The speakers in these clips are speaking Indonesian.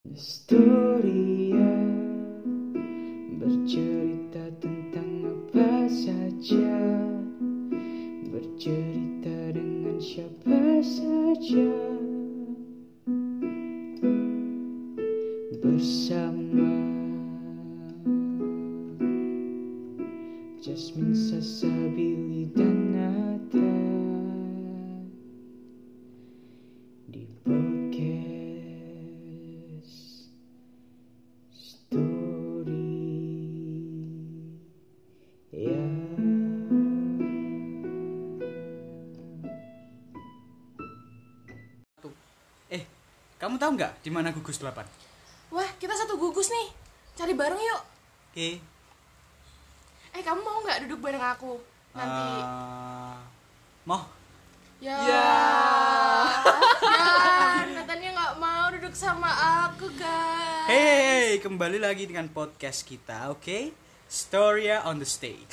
Historia bercerita tentang apa saja, bercerita dengan siapa saja, bersama Jasmine, Sasa, Billy, dan Nathan di podcast Story. Ya. Kamu tahu nggak di mana gugus 8? Wah, kita satu gugus nih. Cari bareng yuk. Oke. Kamu mau nggak duduk bareng aku? Nanti. Mau? Ya. Natanya nggak mau duduk sama aku, guys. Hey, kembali lagi dengan podcast kita, oke? Storia on the stage.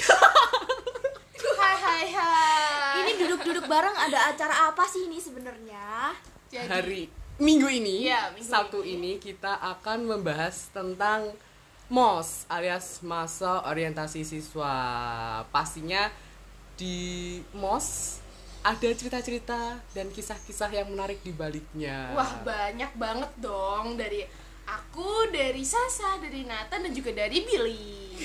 Hai. Ini duduk-duduk bareng ada acara apa sih ini sebenarnya? Jadi, Hari Minggu ini, Iya, minggu Sabtu ini kita akan membahas tentang MOS alias masa orientasi siswa. Pastinya di MOS ada cerita-cerita dan kisah-kisah yang menarik di baliknya. wah, banyak banget dong, dari aku, dari Sasa, dari Nathan, dan juga dari Billy.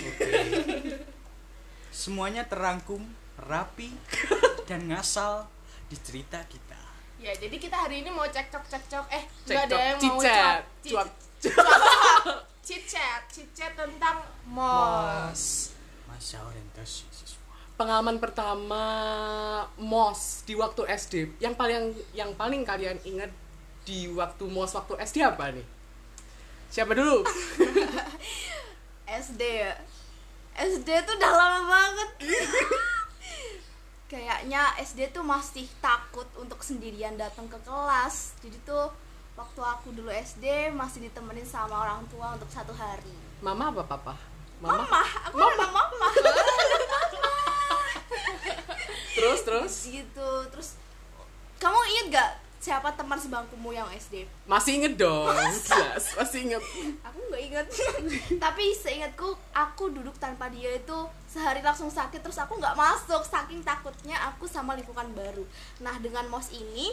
Semuanya terangkum, rapi, dan ngasal di cerita kita. Ya, jadi kita hari ini mau cekcok. Nggak ada Cekcok, yang mau cicet, cuap. Cicet tentang MOS. Masa orientasi siswa. Pengalaman pertama MOS di waktu SD yang paling kalian ingat di waktu MOS waktu SD apa nih? Siapa dulu? SD ya. SD tuh udah lama banget. Kayaknya SD tuh masih takut untuk sendirian datang ke kelas. Jadi tuh waktu aku dulu SD masih ditemenin sama orang tua untuk 1 hari. Mama apa papa? Mama, aku nama mama. Terus? Gitu. Terus kamu inget gak siapa teman sebangkumu yang SD? Masih inget dong. Jelas, masih inget. Aku nggak inget. Tapi seingatku aku duduk tanpa dia itu sehari langsung sakit, terus aku nggak masuk saking takutnya aku sama lingkungan baru. Nah, dengan MOS ini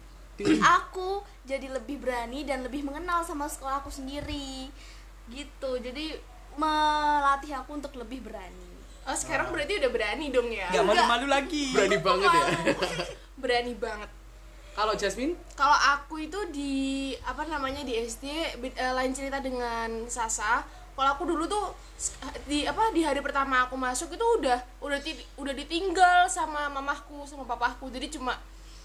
aku jadi lebih berani dan lebih mengenal sama sekolahku sendiri gitu. Jadi melatih aku untuk lebih berani. Oh, sekarang berarti udah berani dong ya? Gak malu-malu lagi. Berani banget ya. Berani banget. Kalau Jasmine? Kalau aku itu di di SD lain cerita dengan Sasa. Kalau aku dulu tuh di hari pertama aku masuk itu udah ditinggal sama mamahku sama papaku. Jadi cuma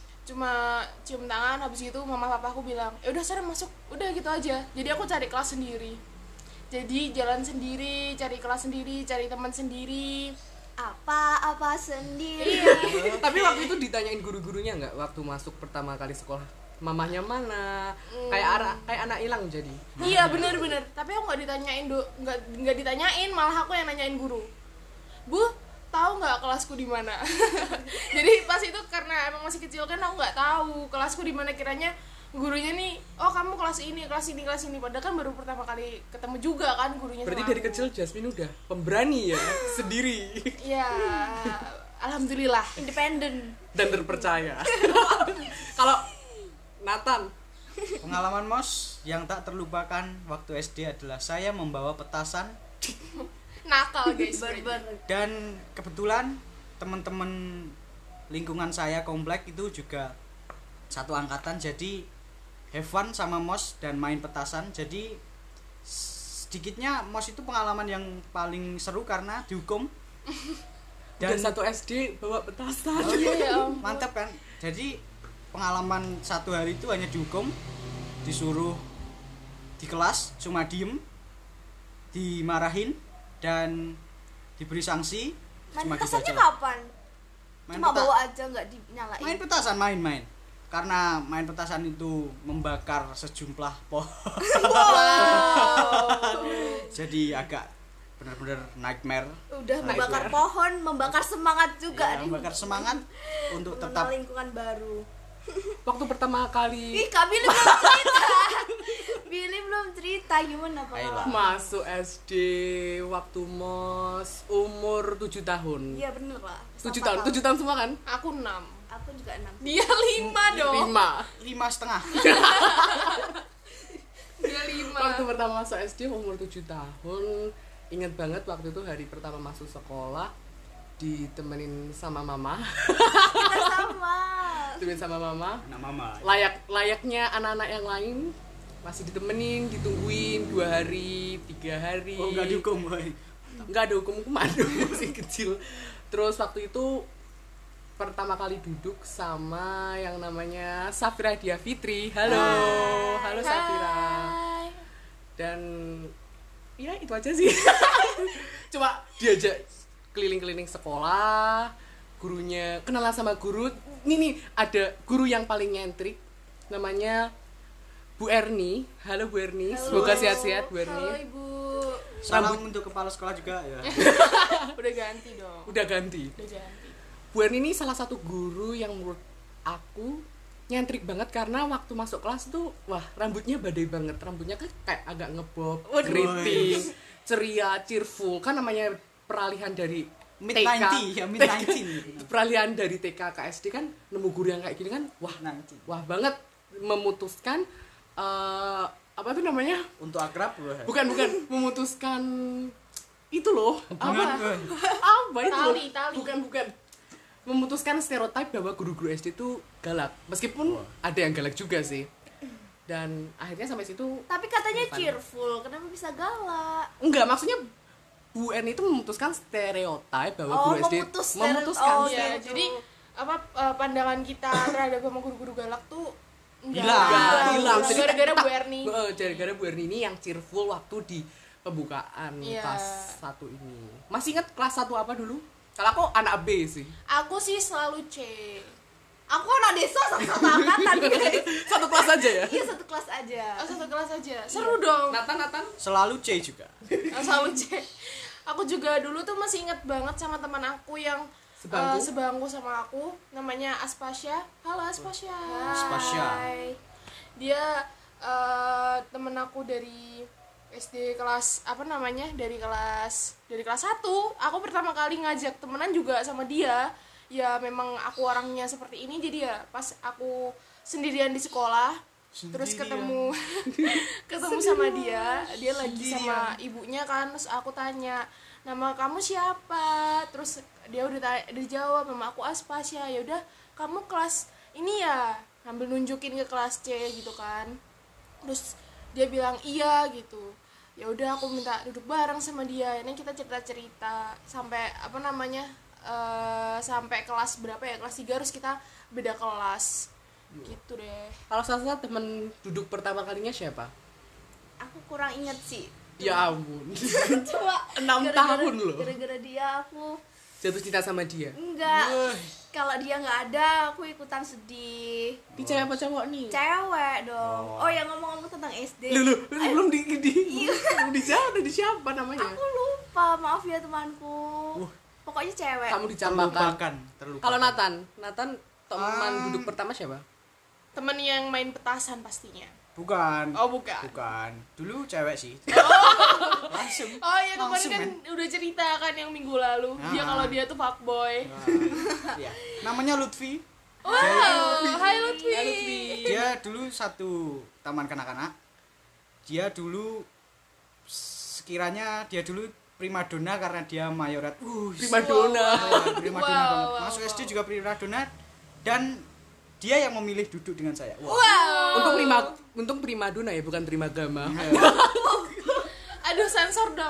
cium tangan, habis itu mama papaku bilang, "Ya udah sana masuk." Udah gitu aja. Jadi aku cari kelas sendiri. Jadi jalan sendiri, cari kelas sendiri, cari teman sendiri. Apa sendiri. Tapi waktu itu ditanyain guru-gurunya nggak waktu masuk pertama kali sekolah? Mamahnya mana? Kayak anak hilang jadi. Iya, bener. Tapi aku nggak ditanyain nggak ditanyain, malah aku yang nanyain guru. Bu, tahu nggak kelasku di mana? Jadi pas itu karena emang masih kecil kan, aku nggak tahu kelasku di mana. Kiranya gurunya nih, oh kamu kelas ini. Padahal kan baru pertama kali ketemu juga kan gurunya. Berarti sama dari aku. kecil Jasmine udah pemberani ya, sendiri Iya, alhamdulillah. Independen. dan terpercaya. Kalau Nathan, Pengalaman MOS yang tak terlupakan waktu SD adalah saya membawa petasan Nakal guys. Barbar. dan kebetulan teman-teman lingkungan saya komplek itu juga satu angkatan, jadi have fun sama MOS dan main petasan. Jadi sedikitnya MOS itu pengalaman yang paling seru karena dihukum dan satu SD bawa petasan. Oh iya, Ya ampun. mantap kan. Jadi pengalaman 1 hari itu hanya dihukum, disuruh di kelas cuma diem, dimarahin dan diberi sanksi. Main Cuma gitu petasannya aja. kapan? Main Cuma peta- bawa aja nggak dinyalain. main petasan main karena main petasan itu membakar sejumlah pohon. Jadi agak benar-benar nightmare. Udah membakar pohon, membakar semangat juga nih. Membakar semangat untuk tetap Mengenal lingkungan baru. Waktu pertama kali Ih, Kak Billy belum cerita. Billy belum cerita gimana Ayolah. pengalaman. Masuk SD waktu mos umur 7 tahun. Iya bener lah. 7 tahun, 7 tahun semua kan? Aku 6. Aku juga 6. Dia 5 dong. 5. 5,5. Dia 5. Waktu pertama masuk SD umur 7 tahun. Ingat banget waktu itu hari pertama masuk sekolah ditemenin sama mama. Kita sama. Ditemenin sama mama. Anak mama. Layaknya anak-anak yang lain masih ditemenin, ditungguin 2 hari, 3 hari. Oh, enggak dihukum, boy. Nggak ada hukum-hukuman, masih kecil. Terus waktu itu pertama kali duduk sama yang namanya Safira Dia Fitri. Halo, halo Safira. Hai. Dan ya itu aja sih. Cuma diajak keliling-keliling sekolah, gurunya kenalan sama guru. Nih ada guru yang paling nyentrik, namanya Bu Erni. Halo Bu Erni, semoga sehat-sehat Bu Halo Erni. Ibu. Salam untuk kepala sekolah juga ya. Udah ganti dong. Udah ganti. Udah ganti. Bu Erni ini salah satu guru yang menurut aku nyentrik banget karena waktu masuk kelas tuh wah rambutnya badai banget. Rambutnya kan kayak agak ngebob, keriting, ceria, cheerful. Kan namanya peralihan dari Mid TK. 90 ya, mid 90. Peralihan dari TK ke SD kan nemu guru yang kayak gini kan wah Nanti wah banget, memutuskan apa tuh namanya? untuk akrab boy. Bukan memutuskan itu loh. Hubungan, boy. Apa itu loh? Tali. Bukan memutuskan stereotip bahwa guru-guru SD itu galak, meskipun ada yang galak juga sih. Dan akhirnya sampai situ Tapi katanya cheerful, kenapa bisa galak? enggak, maksudnya Bu Erni itu memutuskan stereotip bahwa Oh, guru SD memutuskan. memutuskan Oh, Iya, gitu. jadi apa pandangan kita terhadap sama guru-guru galak tuh Hilang. Jadi gara-gara tak- Bu Erni. Gara-gara Bu Erni ini yang cheerful waktu di pembukaan Iya. kelas 1 ini. Masih ingat kelas 1 apa dulu? Kalau aku anak B sih. Aku sih selalu C. Aku anak desa satu angkatan guys. Satu kelas aja ya. Iya satu kelas aja. Satu kelas aja. Seru dong. Nathan. Selalu C juga. Selalu C. Aku juga dulu tuh masih ingat banget sama teman aku yang Sebangku? sebangku sama aku, namanya Aspasya. Halo Aspasya. Aspasya. Hai. Dia temen aku dari SD kelas apa namanya, dari kelas 1. Aku pertama kali ngajak temenan juga sama dia. Ya memang aku orangnya seperti ini, jadi ya pas aku sendirian di sekolah terus ketemu sama dia lagi sama ibunya kan, terus aku tanya, nama kamu siapa? Terus dia udah dijawab, nama aku Aspasya. Ya udah, kamu kelas ini ya, sambil nunjukin ke kelas C gitu kan. Terus dia bilang iya gitu. Ya udah, aku minta duduk bareng sama dia. Ini kita cerita sampai apa namanya, sampai kelas berapa ya, kelas 3 harus kita beda kelas gitu deh. Kalau salah temen duduk pertama kalinya siapa? Aku kurang inget sih. Ya ampun. Coba 6 gara-gara- tahun loh. Gara-gara dia aku Jatuh cinta sama dia. enggak. Kalau dia nggak ada, aku ikutan sedih. Di cewek apa cowok nih? Cewek dong. Oh ya, ngomong-ngomong tentang SD. Lu belum belum dijawab di siapa namanya? Aku lupa, maaf ya temanku. Pokoknya cewek. Kamu dicampakkan. Terlupakan. Kalau Nathan teman duduk pertama siapa? Temen yang main petasan pastinya. Bukan. Oh bukan. Bukan. Dulu cewek sih. Langsung. Oh ya, kemarin Langsung, kan udah cerita kan yang minggu lalu. Dia Ah. kalau dia tuh fuckboy. Iya. Namanya Lutfi. Wow, hai Lutfi. Hai, Lutfi. Dia dulu satu taman kanak-kanak. Dia dulu sekiranya dia dulu primadona karena dia mayorat. Primadona. Primadona Wow, banget. wow, Masuk wow. SD juga primadona dan dia yang memilih duduk dengan saya. Wah. Untung primadona ya, bukan primagama. Aduh, sensor dong.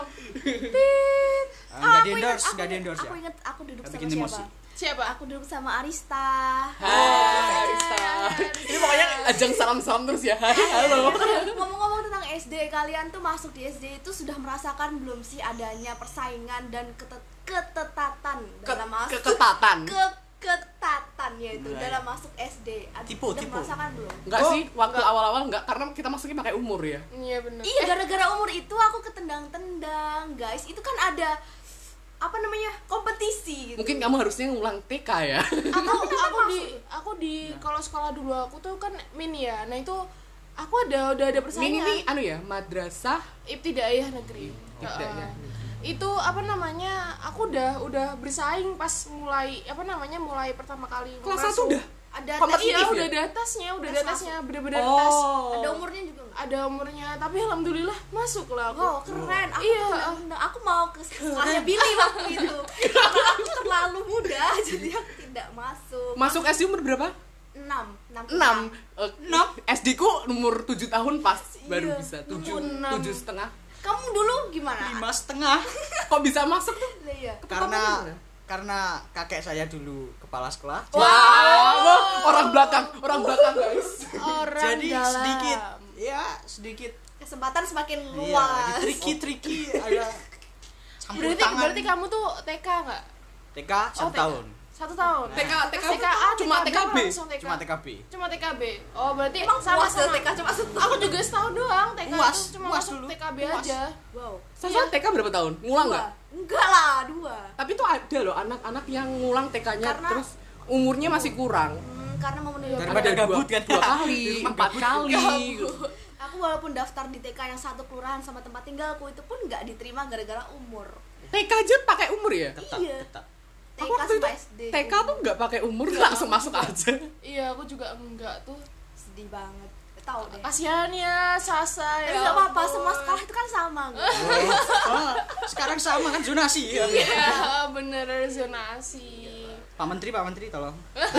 Enggak di endorse, enggak di endorse ya. Aku inget aku duduk Nggak sama bikin siapa? emosi. Siapa? Aku duduk sama Arista. Hai Arista. Ini pokoknya ajang salam-salam terus ya. Hai, halo. Ngomong-ngomong tentang SD, kalian tuh masuk di SD itu sudah merasakan belum sih adanya persaingan dan ketetatan dalam masuk Keketatan. ketatan yaitu Nah, dalam ya. masuk SD. Tipe. Udah merasakan belum? Enggak sih, waktu awal-awal enggak, karena kita masuknya pakai umur ya. Iya bener. Iya, gara-gara umur itu aku ketendang-tendang, guys. Itu kan ada apa namanya, kompetisi gitu. Mungkin kamu harusnya ngulang TK ya. Aku di kalau sekolah dulu aku tuh kan mini ya. Nah itu Aku udah ada persaingan. Ini anu ya, madrasah Ibtidaiyah negeri. Ibtidaiyah. Itu apa namanya? Aku udah bersaing pas mulai mulai pertama kali kelas 1 masuk. udah. Ada Kompetitif Iya, ya? udah ada tasnya, Tes bener-bener tes. ada umurnya juga nggak? Ada umurnya, tapi alhamdulillah masuk lah aku. Wow, keren. Iya. Aku mau ke sekolahnya Billy waktu itu. Karena aku terlalu muda, jadi aku tidak masuk. Masuk SD umur berapa? 6 SD ku umur 7 tahun pas baru Iya, bisa umur 7 6. 7,5. Kamu dulu gimana? 5,5 Kok bisa masuk tuh? Lah, iya. karena kakek saya dulu kepala sekolah. Wow, orang belakang guys. Orang Jadi dalam. sedikit Kesempatan semakin iya, luas. triki ada campur Berarti tangan. kamu tuh TK nggak? TK 1 TK. tahun. 1 tahun. TKA cuma TKB. Langsung TK. Cuma TKB. Cuma TKB. Oh, berarti Emang puas sama-sama. TK cuma setahun? Aku juga setahun doang TK Puas, itu cuma puas masuk dulu. TKB Puas. aja. Wow. Sasa TK berapa tahun? Ngulang nggak? Enggak lah, 2. Tapi tuh ada loh anak-anak yang ngulang TK-nya Karena- terus umurnya masih kurang. Karena memenuhi Daripada Ada gabut kan. 2 kali, Di rumah 4 kali. Aku walaupun daftar di TK yang satu kelurahan sama tempat tinggalku itu pun nggak diterima gara-gara umur. TK aja pakai umur ya? Ketat, Iya. ketat. TK Aku waktu sama itu SD. TK tuh nggak pakai umur, langsung masuk aja. Iya, aku juga enggak tuh. Sedih banget. Tahu deh. Kasihan ya Sasa Tapi ya. nggak apa-apa, ampun. semua sekolah itu kan sama. Sekarang sama kan zonasi ya. Iya, bener zonasi. Pak Menteri tolong.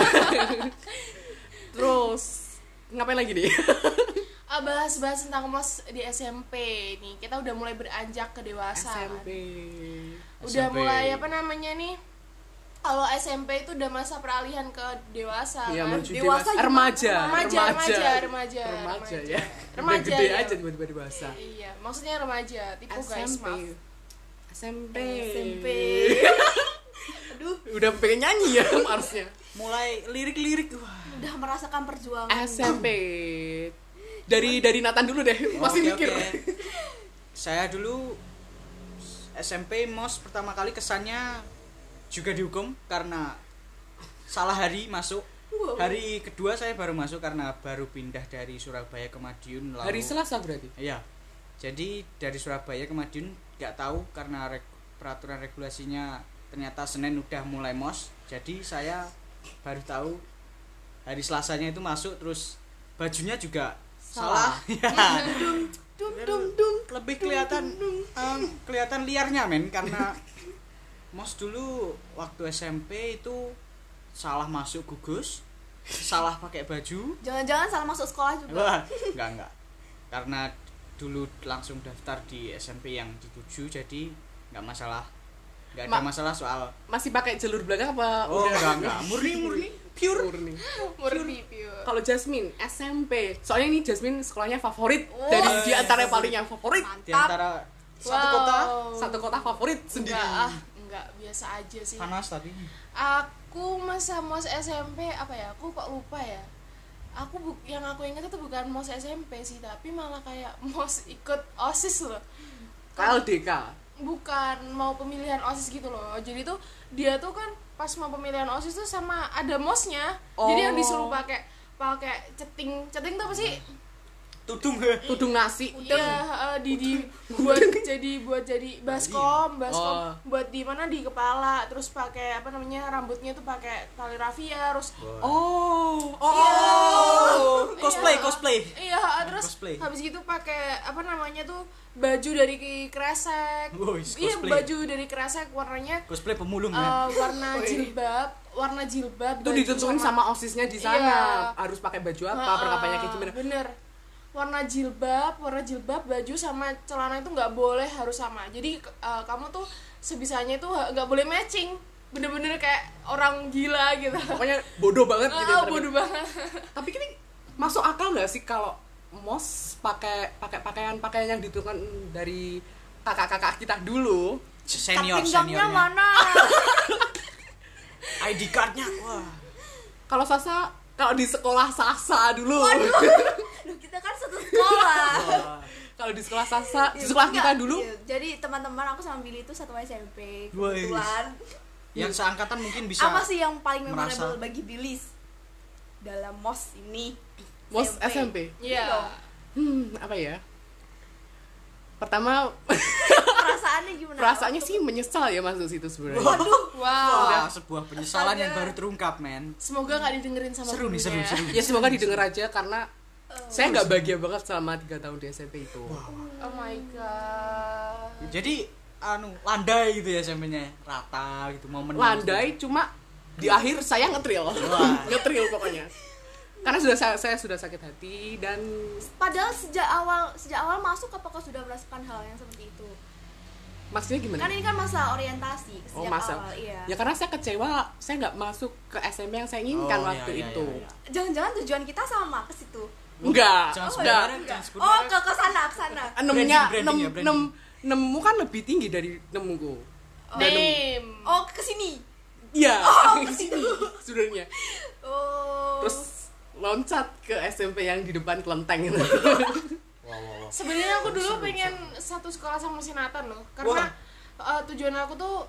Terus ngapain lagi nih? Bahas-bahas tentang mos di SMP nih. Kita udah mulai beranjak ke dewasa. SMP. Udah SMP. mulai apa namanya nih? Kalau SMP itu udah masa peralihan ke dewasa Iya, kan? menuju Dewasa dewasa. gimana? Remaja Remaja ya. Remaja, Udah gede ya. aja tiba-tiba dewasa. Iya, maksudnya remaja. Tipu guys, maaf. SMP. SMP. Aduh, Udah pengen nyanyi ya harusnya. Mulai lirik-lirik. Wah. udah merasakan perjuangan. SMP. Dari Nathan dulu deh, masih Oke, mikir. oke. Saya dulu SMP mos pertama kali kesannya juga dihukum karena salah hari masuk. Wow. Hari kedua saya baru masuk karena baru pindah dari Surabaya ke Madiun lalu. Hari Selasa berarti. Iya. Jadi dari Surabaya ke Madiun nggak tahu karena peraturan regulasinya ternyata Senin udah mulai mos. Jadi saya baru tahu hari Selasanya itu masuk terus bajunya juga salah. Ya. Lebih kelihatan liarnya men karena mos dulu waktu SMP itu salah masuk gugus, salah pakai baju. Jangan-jangan salah masuk sekolah juga. Wah, enggak. Karena dulu langsung daftar di SMP yang dituju jadi enggak masalah. Enggak ada masalah soal Masih pakai jalur belakang apa? oh udah? enggak. Murni pure. Murni. Murni pure. Kalau Jasmine SMP, soalnya ini Jasmine sekolahnya favorit dari di antara yang paling yang favorit. Di antara satu kota Satu kota favorit sendiri. Enggak, biasa aja sih. panas tadi. Aku masa mos SMP apa ya? Aku kok lupa ya. Yang aku ingat itu bukan mos SMP sih, tapi malah kayak mos ikut OSIS loh. KLDK. Bukan mau pemilihan OSIS gitu loh. Jadi tuh dia tuh kan pas mau pemilihan OSIS tuh sama ada mosnya. Jadi yang disuruh pakai ceting tuh apa sih? Tudung nasi. Iya, buat jadi baskom Oh. buat di mana di kepala, terus pakai apa namanya rambutnya tuh pakai tali rafia, terus Cosplay. iya terus Cosplay. habis gitu pakai apa namanya tuh baju dari kresek. Wois, Iya, cosplay. baju dari kresek warnanya Cosplay pemulung ya. warna jilbab Itu baju ditentuin sama OSISnya di sana. Iya. Harus pakai baju apa, perkapaannya kayak gimana. Bener, warna jilbab baju sama celana itu nggak boleh harus sama. Jadi kamu tuh sebisanya itu nggak boleh matching, bener-bener kayak orang gila gitu. Pokoknya bodoh banget gitu. Bodoh banget. Tapi ini masuk akal nggak sih kalau mos pakai pakaian yang ditentukan dari kakak-kakak kita dulu? Pinggangnya Seniornya. mana? ID cardnya wah. Kalau di sekolah Sasa dulu. Duh, kita kan satu sekolah. Kalau di sekolah Sasa, di sekolah kita Enggak, dulu. iya. Jadi teman-teman aku sama Billy itu satu SMP. Wois. Kebetulan. Yang seangkatan mungkin bisa Apa sih yang paling merasa- memorable bagi Billy dalam mos ini? Mos SMP. Iya. Apa ya? Pertama Perasaannya gimana? perasaannya sih menyesal ya masuk situ sebenarnya. Wow. Wah, sebuah penyesalan yang Astaga. baru terungkap, men. Semoga nggak didengerin sama Seru nih, gurunya. seru. Ya semoga didengar aja karena saya nggak bahagia banget selama 3 tahun di SMP itu. Oh my god. Jadi landai gitu ya SMP-nya, rata gitu, momen Landai cuma di akhir saya ngetril. Ngetril pokoknya. Karena saya sudah sakit hati dan Padahal sejak awal masuk apakah sudah merasakan hal yang seperti itu? maksudnya gimana? Kan ini kan masa orientasi Oh, sejak masa. awal, iya. Ya karena saya kecewa, saya nggak masuk ke SMP yang saya inginkan waktu itu. Jangan-jangan tujuan kita sama ke situ. Enggak. Jangan Enggak. sebenarnya, jangan Oh, sebenarnya. ke sana, ke sana. Nemnya Branding ya, branding. nemu kan lebih tinggi dari nemuku. Dan Name. Oh, ke sini. iya, di sini sebenarnya. Oh. Terus loncat ke SMP yang di depan kelenteng itu. Sebenarnya aku dulu pengen satu sekolah sama si Nathan loh, karena tujuan aku tuh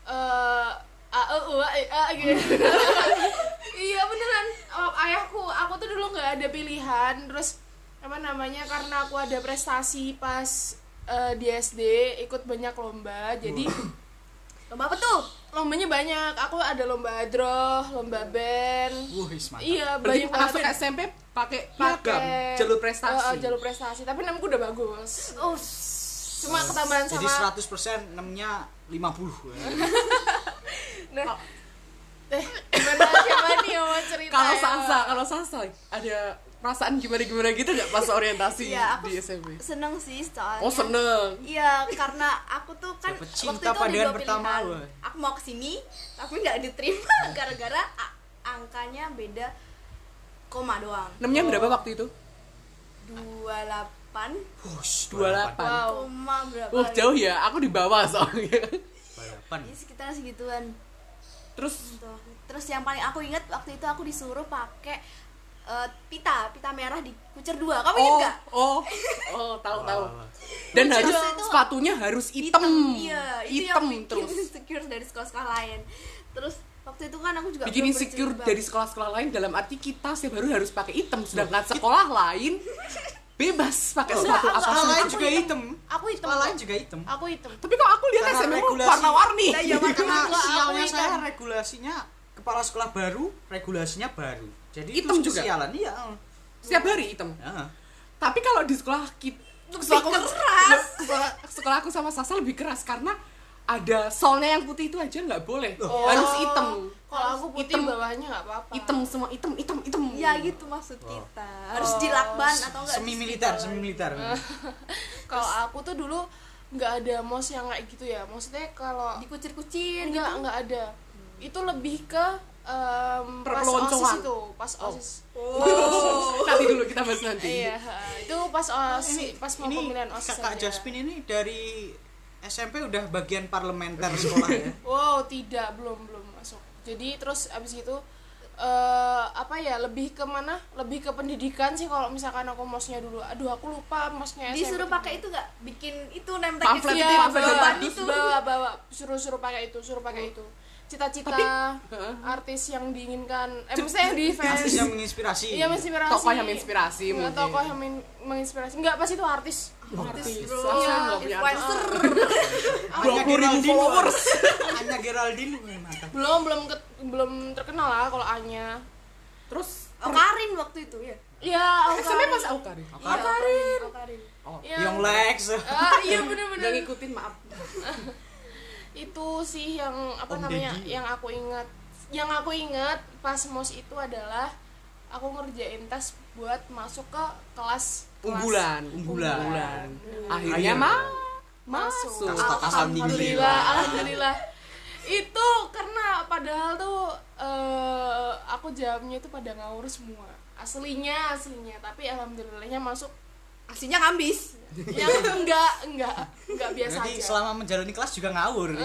gitu. Iya beneran. Aku tuh dulu nggak ada pilihan, terus karena aku ada prestasi pas di SD, ikut banyak lomba, jadi Lomba apa tuh? lombanya banyak. Aku ada lomba hadroh, lomba band. Mantap. Iya, Berarti banyak banget. masuk SMP pakai Pakai, piagam jalur prestasi. jalur prestasi, tapi namanya udah bagus. Oh, Cuma ketambahan Jadi sama 100% 6-nya 50. nah. Gimana siapa nih yang mau cerita? Kalau ya? Salsa ada perasaan gimana gitu nggak pas orientasi iya, aku di SMP? seneng sih soalnya. Oh seneng. Iya, karena aku tuh kan Dapet waktu cinta itu ada pandangan dua pertama, pilihan. wah. Aku mau kesini, tapi nggak diterima gara-gara angkanya beda koma doang. Namanya berapa waktu itu? 28 Push, 28. Wow. koma berapa? Jauh ya, aku di bawah soalnya. Balapan. Ini sekitar segituan. Terus Tuh. Terus yang paling aku ingat waktu itu aku disuruh pakai pita merah di kucer 2. Kamu ingat nggak? tahu. Dan Kucer harus itu sepatunya harus hitam. Iya, itu Hitam yang bikin terus. insecure dari sekolah-sekolah lain. Terus waktu itu kan aku juga Bikin belum insecure berjilbab. dari sekolah-sekolah lain dalam arti kita setiap hari harus pakai hitam, sedangkan sekolah lain bebas pakai sepatu apa Sekolah lain saja. juga hitam. Aku hitam. Sekolah lain juga hitam. Aku hitam. Tapi kok aku lihat Karena SMP regulasi. warna-warni. Nah, iya, Karena Aku sialnya hitam. saya regulasinya kepala sekolah baru, regulasinya baru. Jadi Hitam itu juga? sialan, iya. Setiap hari hitam. Ya. Tapi kalau di sekolah kita sekolah aku sama Sasa lebih keras karena ada solnya yang putih itu aja nggak boleh. Harus hitam. Kalau aku putih Hitam. bawahnya nggak apa-apa. Hitam semua, hitam. Ya gitu maksud kita. Harus dilakban atau enggak? Semi militer. Kalau aku tuh dulu nggak ada mos yang kayak gitu ya. Maksudnya kalau dikucir-kucir gitu. nggak ada. Itu lebih ke pas Perpeloncoan. OSIS itu, pas OSIS. Nanti dulu kita bahas nanti. Iya, itu pas OSIS, pas mau pemilihan OSIS. Kakak aja. Jasmine ini dari SMP udah bagian parlementer sekolah ya. Wow, tidak, belum masuk. Jadi terus abis itu lebih ke mana? Lebih ke pendidikan sih kalau misalkan aku mosnya dulu. Aduh, aku lupa mosnya SMP. Disuruh pakai itu enggak? Bikin itu nempel Pamflet gitu. itu, Iya, pamflet bawa, depan itu. bawa, suruh pakai itu, Cita-cita artis yang diinginkan, maksudnya yang di fans. Artis yang menginspirasi. Iya, menginspirasi. Tokoh yang menginspirasi Nggak, mungkin. tokoh yang menginspirasi. Enggak, pas itu artis. Artis. Bro, Saya nggak punya artis. influencer. 20.000 followers. Anya Geraldine mantap. Belum terkenal lah kalau Anya. Terus Karin waktu itu ya. Iya, SMP Mas Aukarin. Iya, Karin. Ya. Young Lex. Iya Nggak bener-bener. ngikutin, maaf. Itu sih yang Om Deddy. yang aku ingat pas mos itu adalah aku ngerjain tes buat masuk ke kelas Unggulan. Akhirnya masuk. Alhamdulillah. Itu karena padahal tuh aku jawabnya itu pada ngawur semua. Aslinya, tapi alhamdulillahnya masuk. Aslinya ngambis. Yang enggak biasa Jadi aja. selama menjalani kelas juga ngawur.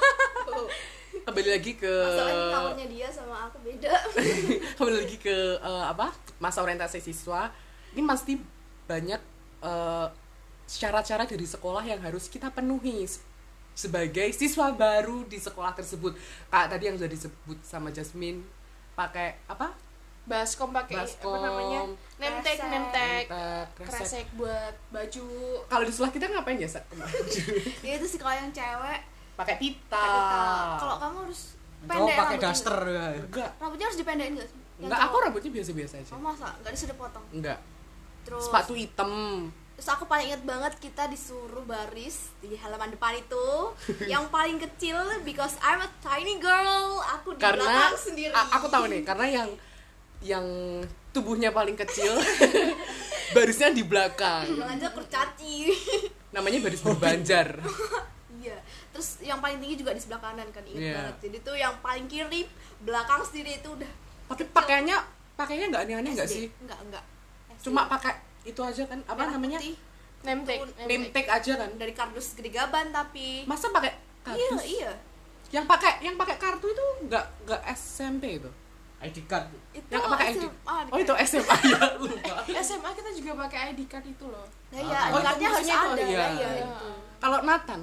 Kembali lagi ke Masalahnya kawarnya dia sama aku beda. kembali lagi ke masa orientasi siswa. Ini pasti banyak syarat-syarat dari sekolah yang harus kita penuhi sebagai siswa baru di sekolah tersebut. Kayak tadi yang sudah disebut sama Jasmine, pakai apa? baskom pakai Baskom, apa namanya nemtek kresek. nemtek kresek. kresek buat baju. Kalau di sekolah kita ngapain ya, Sak? Ya itu sih kalau yang cewek Pakai pita. kalau kamu harus Cowok pendek pakai rambutnya. daster ya. Enggak. Rambutnya harus dipendekin nggak sih? Yang Enggak, aku cowok. rambutnya biasa-biasa aja. Oh masa nggak disuruh potong? Enggak. Terus Sepatu hitam. terus aku paling inget banget kita disuruh baris di halaman depan itu yang paling kecil because I'm a tiny girl. Aku di Karena belakang sendiri. aku tahu nih, karena yang tubuhnya paling kecil barisnya di belakang. Bilang aja kurcaci. Namanya baris berbanjar. Iya. Terus yang paling tinggi juga di sebelah kanan kan inget Iya. banget. Jadi tuh yang paling kiri belakang sendiri itu udah Tapi pakainya enggak aneh-aneh enggak SD. sih? Enggak. SD. Cuma pakai itu aja kan, apa Merah namanya? putih. Nemtek. Name tag aja kan. Dari kardus gede gaban tapi Masa pakai kardus? iya. Yang pakai kartu itu enggak SMP itu. ID card. Itu Yang pakai ID. SMA, Oh, itu SMA ya, lupa. SMA kita juga pakai ID card itu loh. Nah, ya, Oh, ID card-nya itu harus maksudnya ada. itu, iya. Iya, Iya. itu. Kalau Nathan,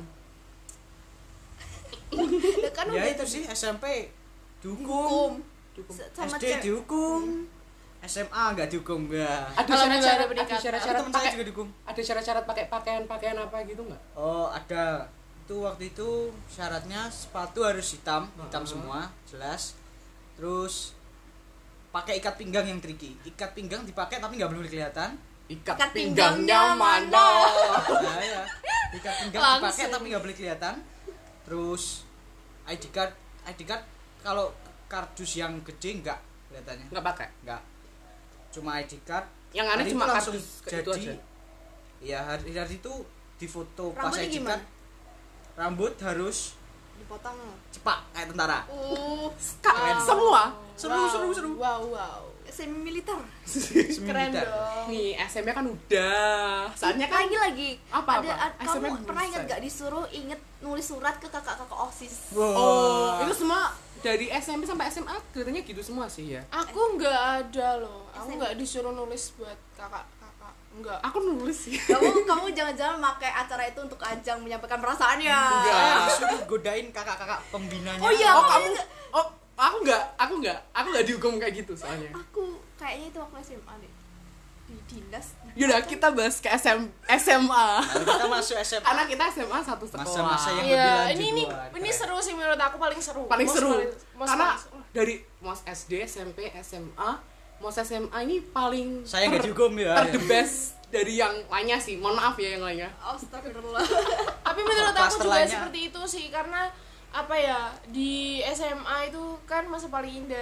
Ya kan Ya udah itu sih SMP dihukum. dihukum. Sama SD cewek. dihukum. SMA enggak dihukum ya. ada Kalau syarat-syarat, misalnya ada berdikkat, syarat-syarat Teman saya pakai, juga dihukum. ada syarat-syarat pakai pakaian apa gitu nggak? Oh, ada. Itu waktu itu syaratnya sepatu harus hitam semua, jelas. Terus pakai ikat pinggang yang tricky. Ikat pinggang dipakai tapi nggak boleh kelihatan. Ikat Ikat pinggangnya pinggangnya mana? Nah, ya. Ikat pinggang dipakai Langsung. tapi nggak boleh kelihatan. Terus ID card kalau kardus yang gede nggak kelihatannya. Nggak pakai. Nggak. Cuma ID card. Yang aneh Hari cuma itu langsung kardus kayak itu aja. Ya hari itu difoto pas Rambutnya ID gimana? card. Rambut harus Dipotong. cepak kayak tentara. Kak, semua. Seru. Wow. Semi militer. Keren Militer. dong. Nih, SMP kan udah. Saatnya kan lagi. Apa? Kamu SMP pernah bisa. ingat gak disuruh inget nulis surat ke kakak-kakak OSIS? Oh, itu semua dari SMP sampai SMA kelihatannya gitu semua sih ya. Aku nggak ada loh. Aku SMP. nggak disuruh nulis buat kakak. Enggak. Aku nulis sih. Kamu jangan-jangan pakai acara itu untuk ajang menyampaikan perasaannya. Enggak. Saya disuruh godain kakak-kakak pembinanya. Oh iya, Oh, kamu kamu aku enggak dihukum kayak gitu soalnya. aku kayaknya itu waktu SMA deh. Di dinas. Yaudah, kita bahas ke SMA. Lalu kita masuk SMA. Karena kita SMA satu sekolah. Masa-masa yang Iya, lebih lanjut. ini Wah, ini keren. seru sih menurut aku paling seru. paling Mos seru. mos Karena paling seru. dari mos SD, SMP, SMA, mos SMA ini paling Saya nggak dihukum ya. the best dari yang lainnya sih. Mohon maaf ya yang lainnya. Astagfirullah. Tapi menurut Kelas aku juga lainnya. seperti itu sih karena apa ya di SMA itu kan masa paling indah.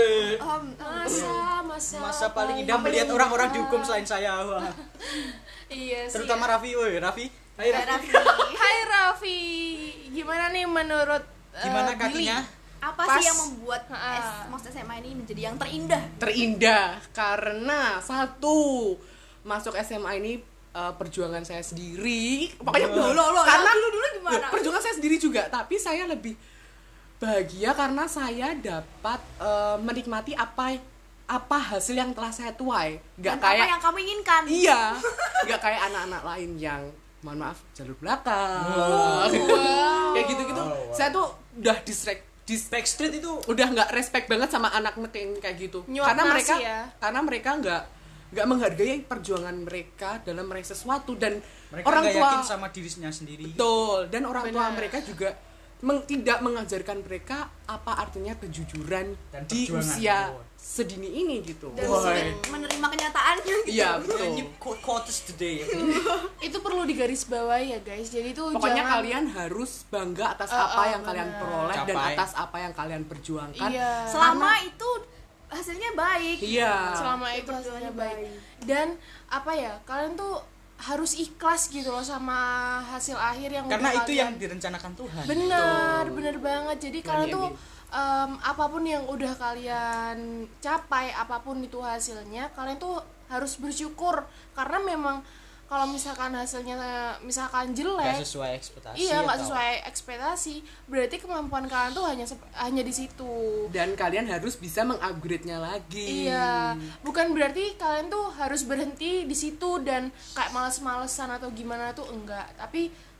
Masa Masa paling indah melihat orang-orang dihukum selain saya. Wah. Iya sih. Terutama Raffi, woi Raffi. Hai Raffi. Hai Raffi, gimana nih menurut Gimana Billy? kakinya? Apa Pas. sih yang membuat mos SMA ini menjadi yang terindah? Terindah karena satu, masuk SMA ini perjuangan saya sendiri. Pokoknya karena dulu gimana? perjuangan saya sendiri juga, tapi saya lebih bahagia karena saya dapat menikmati apa hasil yang telah saya tuai. Nggak Dan apa kayak yang kamu inginkan? iya, nggak kayak anak-anak lain yang mohon maaf jalur belakang. Kayak gitu-gitu. Wow. Saya tuh udah Backstreet itu udah nggak respect banget sama anak yang kayak gitu. Nyuap nasi ya. Karena mereka nggak menghargai perjuangan mereka dalam meraih sesuatu, dan mereka orang nggak tua yakin sama dirinya sendiri. betul, dan orang tua Benar. mereka juga tidak mengajarkan mereka apa artinya kejujuran Dan di perjuangan. usia Wow. sedini ini gitu. Dan Wah. sulit menerima kenyataannya gitu. Iya betul. New quotes today. Itu perlu digarisbawahi ya guys. Jadi tuh Pokoknya jangan kalian harus bangga atas apa yang kalian benar. peroleh dan Capai. atas apa yang kalian perjuangkan. Iya. Selama itu hasilnya baik. Iya. selama itu hasilnya baik. Dan apa ya? Kalian tuh harus ikhlas gitu loh sama hasil akhir yang Karena udah itu kalian- yang direncanakan Tuhan. bener banget. Jadi kalian tuh apapun yang udah kalian capai, apapun itu hasilnya, kalian tuh harus bersyukur karena memang kalau misalkan hasilnya misalkan Nggak jelek, sesuai ekspektasi. iya nggak atau- sesuai ekspektasi, berarti kemampuan kalian tuh hanya di situ. Dan kalian harus bisa mengupgrade-nya lagi. Iya, bukan berarti kalian tuh harus berhenti di situ dan kayak males-malesan atau gimana tuh enggak. Tapi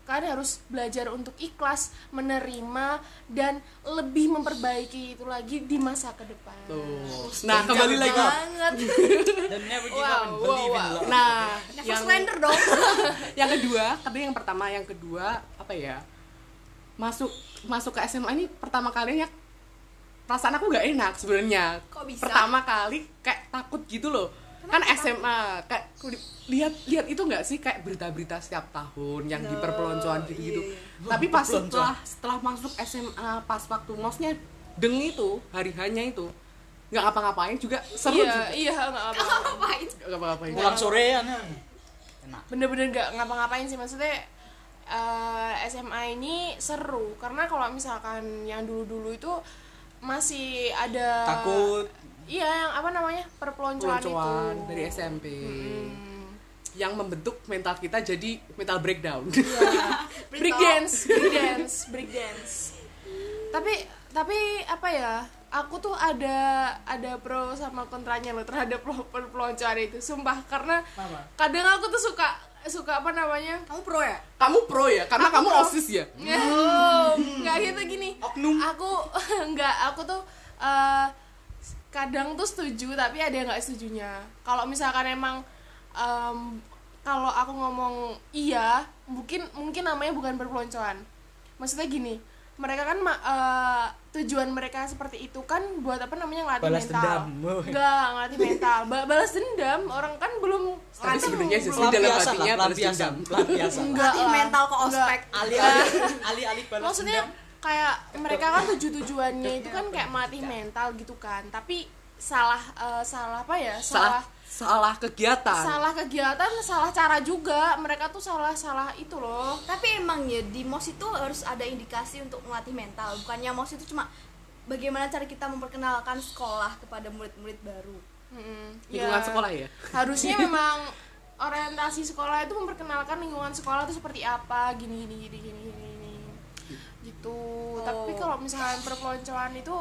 kalian harus belajar untuk ikhlas, menerima dan lebih memperbaiki itu lagi di masa ke depan. Tuh. Nah, kembali lagi. banget. Dan never give Wow, up and believe in wow. love. Nah, Never yang surrender dong. yang kedua, tapi yang pertama, yang kedua apa ya? Masuk ke SMA ini pertama kalinya perasaan aku nggak enak sebenarnya. Kok bisa? Pertama kali kayak takut gitu loh. Kan SMA kayak lihat itu nggak sih kayak berita-berita setiap tahun yang di perpeloncoan gitu-gitu. iya. Tapi pas Perpeloncoan. setelah masuk SMA, pas waktu mosnya deng itu, hari hanya itu nggak ngapa-ngapain juga seru juga. Iya, nggak apa-apa. Ngapain? Nggak ngapa-ngapain. Pulang sorean ya. Enak. Bener-bener nggak ngapa-ngapain sih, maksudnya SMA ini seru karena kalau misalkan yang dulu-dulu itu masih ada Takut. iya yang apa namanya perpeloncoan Peloncoan itu dari SMP. Hmm. Yang membentuk mental kita jadi mental breakdown. break dance. Tapi apa ya, aku tuh ada pro sama kontranya loh terhadap perpeloncoan itu, sumpah, karena kadang aku tuh suka apa namanya, Kamu pro ya? Kamu pro ya? Karena Aku kamu pro. OSIS ya? nggak gitu gini. Oknum. Aku tuh kadang tuh setuju tapi ada yang nggak setujunya. Kalau misalkan emang kalau aku ngomong iya, mungkin namanya bukan perpeloncoan. Maksudnya gini, mereka kan tujuan mereka seperti itu kan buat apa namanya, ngelatih Balas mental. dendam. Enggak, ngelatih mental. Balas dendam, orang kan belum Tapi ngelatih. sebenarnya sih dalam Pelampiasan hatinya lah, balas pelampiasan. dendam. Pelampiasan. Enggak Latih lah. mental ke ospek. Alih-alih balas Maksudnya dendam. kayak mereka kan tujuannya itu kan kayak melatih mental gitu kan, tapi salah apa ya, Salah kegiatan. salah kegiatan, salah cara juga. Mereka tuh salah itu loh. Tapi emang ya di MOS itu harus ada indikasi untuk melatih mental. Bukannya MOS itu cuma bagaimana cara kita memperkenalkan sekolah kepada murid-murid baru. Lingkungan sekolah ya? Harusnya memang orientasi sekolah itu memperkenalkan lingkungan sekolah itu seperti apa, gini gitu. Tapi kalau misalnya perpeloncoan itu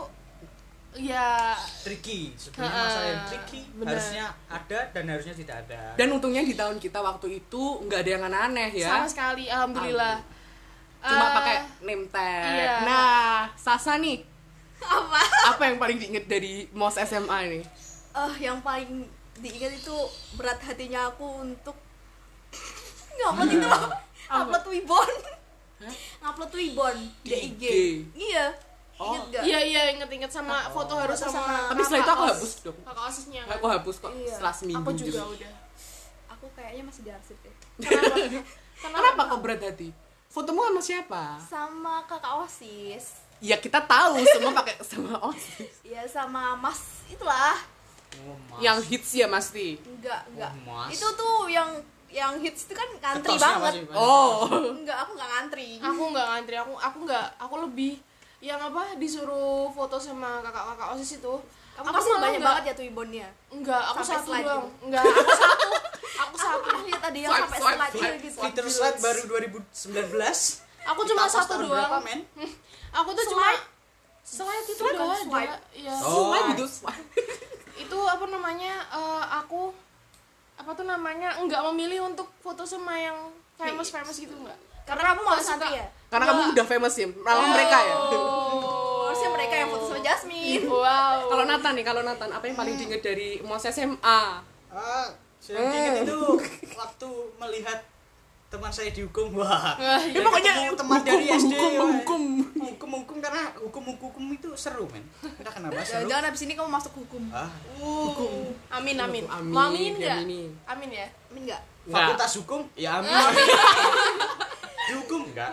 ya Tricky. Sebenarnya masalah yang tricky. Bener. Harusnya ada dan harusnya tidak ada. Dan untungnya di tahun kita waktu itu nggak ada yang aneh-aneh ya. sama sekali, alhamdulillah. Cuma Eh, pakai name tag. iya. Nah, Sasa nih, Apa? apa yang paling diinget dari MOS SMA ini? Yang paling diingat itu berat hatinya aku untuk ngupload itu loh. Ngupload Wibon. Ngupload Wibon di Di IG. IG. Iya. Oh. Ingat gak? Iya inget sama foto harus Foto sama Tapi setelah itu aku kakak hapus os- dong. kakak osisnya kan. Aku hapus kok Iya. setelah seminggu Aku juga gitu. udah. Aku kayaknya masih diarsip ya. Kenapa kok berat hati? Fotomu sama siapa? Sama kakak OSIS. Ya kita tahu semua pakai sama OSIS. Iya, sama Mas itulah. Oh, Mas. Yang hits ya pasti. Enggak. Mas. Itu tuh yang hits itu kan ngantri Ketosnya banget. masih- Oh. Enggak, aku enggak ngantri. Aku nggak ngantri, aku lebih yang apa, disuruh foto sama kakak OSIS itu. Kamu aku pasti malah banyak nggak- banget ya tuh Wibonnya. Enggak, aku Sampai satu slide doang. gitu. Enggak, aku Aku pernah lihat tadi yang Swipe, sampai swipe, slide swipe. gitu. Fitur slide baru 2019. Aku cuma Kita satu tahun doang. berapa, men? Aku tuh cuma slide itu Slide udah kan ada. swipe. Iya. Oh. Swipe itu swipe. Itu apa namanya? Aku apa tuh namanya? Enggak memilih untuk foto sama yang famous gitu enggak. Karena kamu mau Nggak suka. ngantri ya? Karena kamu udah famous ya, malah mereka ya. Oh, harusnya mereka yang foto sama Jasmine. Wow. Kalau Nathan, apa yang paling diinget dari MOS SMA? Saya ingat itu waktu melihat teman saya dihukum. Wah. Iya. Ya, pokoknya ketemu teman dari hukum, SD. hukum. Hukum karena hukum itu seru, men. Entah kenapa seru. Jangan abis ini kamu masuk hukum. Ah, Amin. Amin, Mau amin enggak? diaminin. Amin ya. Amin enggak? fakultas hukum? Ya amin. Dihukum enggak?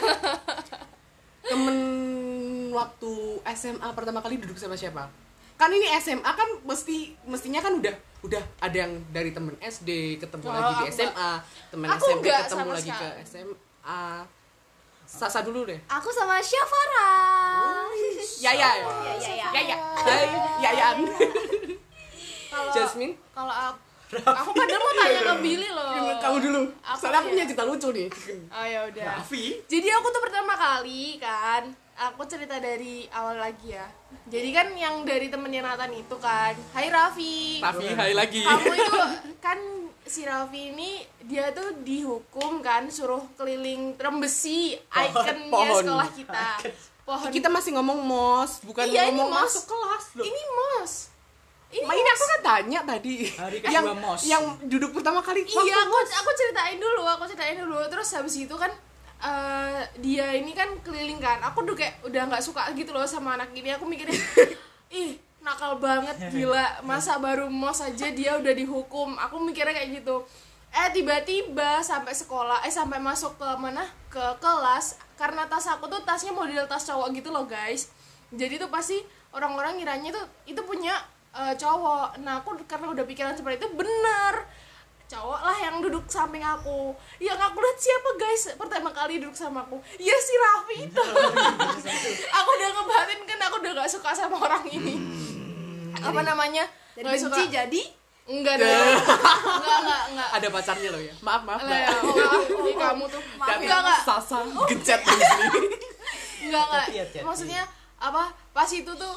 Temen waktu SMA pertama kali duduk sama siapa? Kan ini SMA kan mestinya kan udah ada yang dari temen SD ketemu Oh, lagi di aku SMA, temen Aku SMP enggak ketemu sama lagi ke sekali. SMA. Sasa dulu deh. Aku sama Syafara. Yaya. Ya. Yayaan. Kalau Jasmine. Kalau aku kadang mau tanya ke Billy loh. Kamu dulu. Aku Soalnya aku ya. punya cerita lucu nih. Oh ya udah. Raffi? Jadi aku tuh pertama kali kan, aku cerita dari awal lagi ya. Jadi kan yang dari temennya Nathan itu kan, Hai Raffi. Raffi, hai lagi. Kamu itu kan si Raffi ini dia tuh dihukum kan, suruh keliling Trembesi, ikonnya pohon. sekolah kita. Pohon. Kita masih ngomong mos, bukan Iya, ini ngomong mos. masuk kelas loh. Ini mos. Ini Ini aku kan tanya tadi. Hari yang kedua mos. yang duduk pertama kali. Iya, aku ceritain dulu. Terus habis itu kan dia ini kan keliling kan. Aku udah nggak suka gitu loh sama anak ini. Aku mikirnya, ih nakal banget gila. Masa baru mos aja dia udah dihukum. Aku mikirnya kayak gitu. Tiba-tiba sampai sekolah, sampai masuk ke mana? Ke kelas. Karena tas aku tuh tasnya model tas cowok gitu loh guys. Jadi tuh pasti orang-orang ngiranya tuh itu punya cowok. Nah aku karena udah pikiran seperti itu, bener cowok lah yang duduk samping aku. Yang aku lihat siapa guys pertama kali duduk sama aku? Ya si Raffi itu. Aku udah ngebatin kan, aku udah gak suka sama orang ini. Apa namanya? Dari Nggak benci suka. jadi Enggak deh. Enggak. Ada pacarnya loh ya. Maaf Lah Mbak. ya, ini kamu tuh. Dan Enggak. Sasa gencet di sini. Enggak. Hati-hati. Maksudnya apa? Pas itu tuh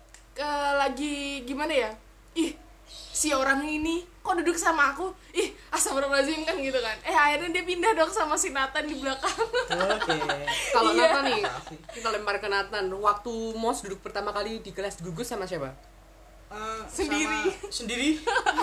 lagi gimana ya? Ih, si orang ini kok duduk sama aku? Ih, astagfirullahaladzim kan gitu kan. Akhirnya dia pindah dong sama si Nathan di belakang. Oke. Kalau Iya. Nathan nih, kita lempar ke Nathan. Waktu mos duduk pertama kali di kelas gugus sama siapa? Sendiri. Sendiri.